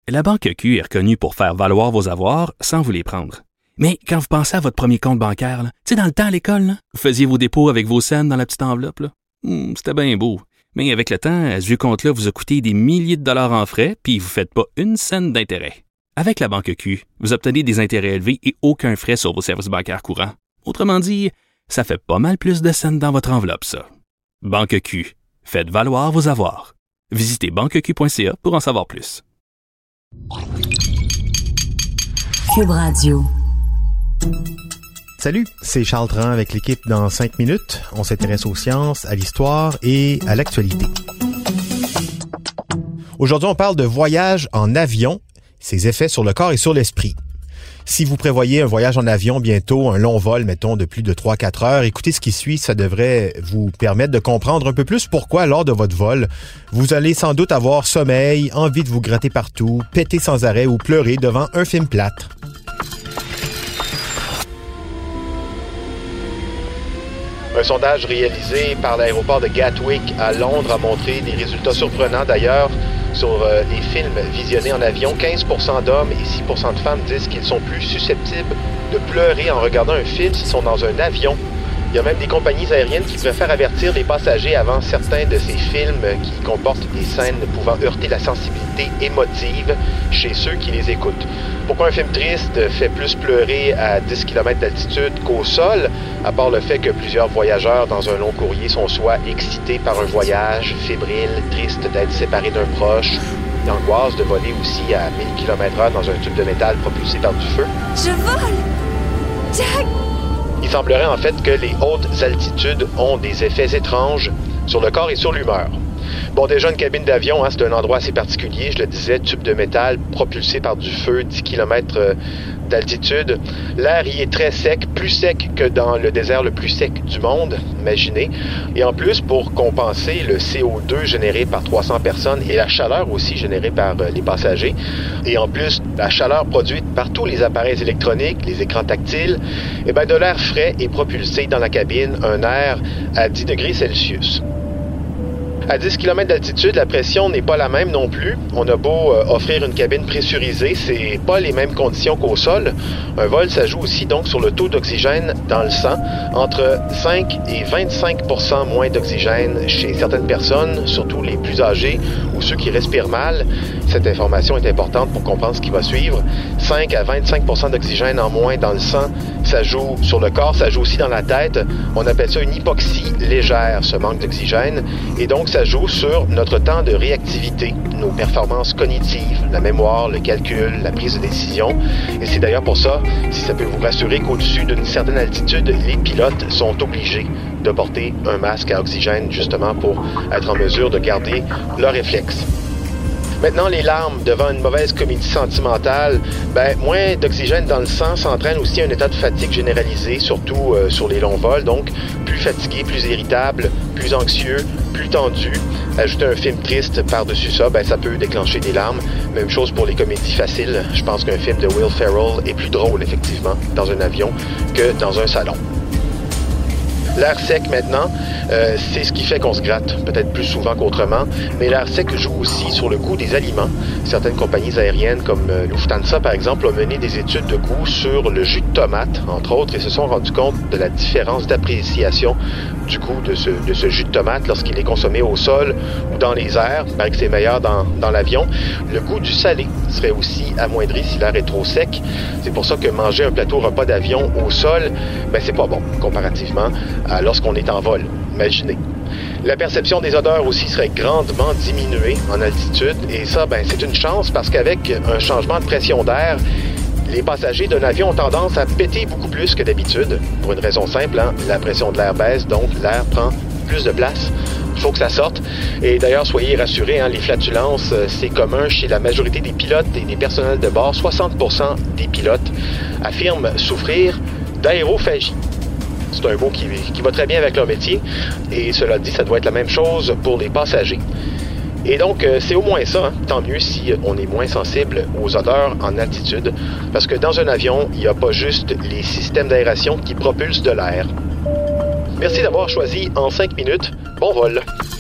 La Banque Q est reconnue pour faire valoir vos avoirs sans vous les prendre. Mais quand vous pensez à votre premier compte bancaire, tu sais, dans le temps à l'école, là, vous faisiez vos dépôts avec vos scènes dans la petite enveloppe. Là. C'était bien beau. Mais avec le temps, ce vieux compte-là vous a coûté des milliers de dollars en frais, puis vous ne faites pas une scène d'intérêt. Avec la Banque Q, vous obtenez des intérêts élevés et aucun frais sur vos services bancaires courants. Autrement dit, ça fait pas mal plus de scènes dans votre enveloppe, ça. Banque Q. Faites valoir vos avoirs. Visitez banqueq.ca pour en savoir plus. Cube Radio. Salut, c'est Charles Tran avec l'équipe dans 5 minutes. On s'intéresse aux sciences, à l'histoire et à l'actualité. Aujourd'hui, on parle de voyage en avion, ses effets sur le corps et sur l'esprit. Si vous prévoyez un voyage en avion bientôt, un long vol, mettons, de plus de 3-4 heures, écoutez ce qui suit, ça devrait vous permettre de comprendre un peu plus pourquoi, lors de votre vol, vous allez sans doute avoir sommeil, envie de vous gratter partout, péter sans arrêt ou pleurer devant un film plate. Un sondage réalisé par l'aéroport de Gatwick à Londres a montré des résultats surprenants d'ailleurs sur les films visionnés en avion. 15% d'hommes et 6% de femmes disent qu'ils sont plus susceptibles de pleurer en regardant un film s'ils sont dans un avion. Il y a même des compagnies aériennes qui préfèrent avertir les passagers avant certains de ces films qui comportent des scènes pouvant heurter la sensibilité émotive chez ceux qui les écoutent. Pourquoi un film triste fait plus pleurer à 10 km d'altitude qu'au sol, à part le fait que plusieurs voyageurs dans un long courrier sont soit excités par un voyage, fébriles, tristes d'être séparés d'un proche, l'angoisse de voler aussi à 1000 km/h dans un tube de métal propulsé par du feu. Je vole! Jack! Il semblerait en fait que les hautes altitudes ont des effets étranges sur le corps et sur l'humeur. Bon, déjà, une cabine d'avion, c'est un endroit assez particulier. Je le disais, tube de métal propulsé par du feu, 10 km d'altitude. L'air y est très sec, plus sec que dans le désert le plus sec du monde, imaginez. Et en plus, pour compenser le CO2 généré par 300 personnes et la chaleur aussi générée par les passagers, et en plus, la chaleur produite par tous les appareils électroniques, les écrans tactiles, et bien de l'air frais est propulsé dans la cabine, un air à 10 degrés Celsius. À 10 km d'altitude, la pression n'est pas la même non plus. On a beau offrir une cabine pressurisée, c'est pas les mêmes conditions qu'au sol. Un vol, ça joue aussi donc sur le taux d'oxygène dans le sang. Entre 5 et 25% moins d'oxygène chez certaines personnes, surtout les plus âgés ou ceux qui respirent mal. Cette information est importante pour comprendre ce qui va suivre. 5 à 25% d'oxygène en moins dans le sang, ça joue sur le corps, ça joue aussi dans la tête. On appelle ça une hypoxie légère, ce manque d'oxygène. Et donc, ça joue sur notre temps de réactivité, nos performances cognitives, la mémoire, le calcul, la prise de décision. Et c'est d'ailleurs pour ça, si ça peut vous rassurer, qu'au-dessus d'une certaine altitude, les pilotes sont obligés de porter un masque à oxygène justement pour être en mesure de garder leur réflexe. Maintenant, les larmes devant une mauvaise comédie sentimentale, moins d'oxygène dans le sang s'entraîne aussi un état de fatigue généralisé, surtout sur les longs vols. Donc, plus fatigué, plus irritable, plus anxieux, plus tendu. Ajouter un film triste par-dessus ça, ça peut déclencher des larmes. Même chose pour les comédies faciles. Je pense qu'un film de Will Ferrell est plus drôle, effectivement, dans un avion que dans un salon. L'air sec, maintenant, c'est ce qui fait qu'on se gratte, peut-être plus souvent qu'autrement, mais l'air sec joue aussi sur le goût des aliments. Certaines compagnies aériennes, comme Lufthansa, par exemple, ont mené des études de goût sur le jus de tomate, entre autres, et se sont rendus compte de la différence d'appréciation du goût de ce jus de tomate lorsqu'il est consommé au sol ou dans les airs. Il paraît que c'est meilleur dans l'avion. Le goût du salé serait aussi amoindri si l'air est trop sec. C'est pour ça que manger un plateau repas d'avion au sol, c'est pas bon, comparativement lorsqu'on est en vol. Imaginez. La perception des odeurs aussi serait grandement diminuée en altitude. Et ça, c'est une chance parce qu'avec un changement de pression d'air, les passagers d'un avion ont tendance à péter beaucoup plus que d'habitude. Pour une raison simple, la pression de l'air baisse, donc l'air prend plus de place. Il faut que ça sorte. Et d'ailleurs, soyez rassurés, les flatulences, c'est commun chez la majorité des pilotes et des personnels de bord. 60% des pilotes affirment souffrir d'aérophagie. C'est un mot qui va très bien avec leur métier. Et cela dit, ça doit être la même chose pour les passagers. Et donc, c'est au moins ça. Tant mieux si on est moins sensible aux odeurs en altitude. Parce que dans un avion, il n'y a pas juste les systèmes d'aération qui propulsent de l'air. Merci d'avoir choisi En 5 minutes. Bon vol!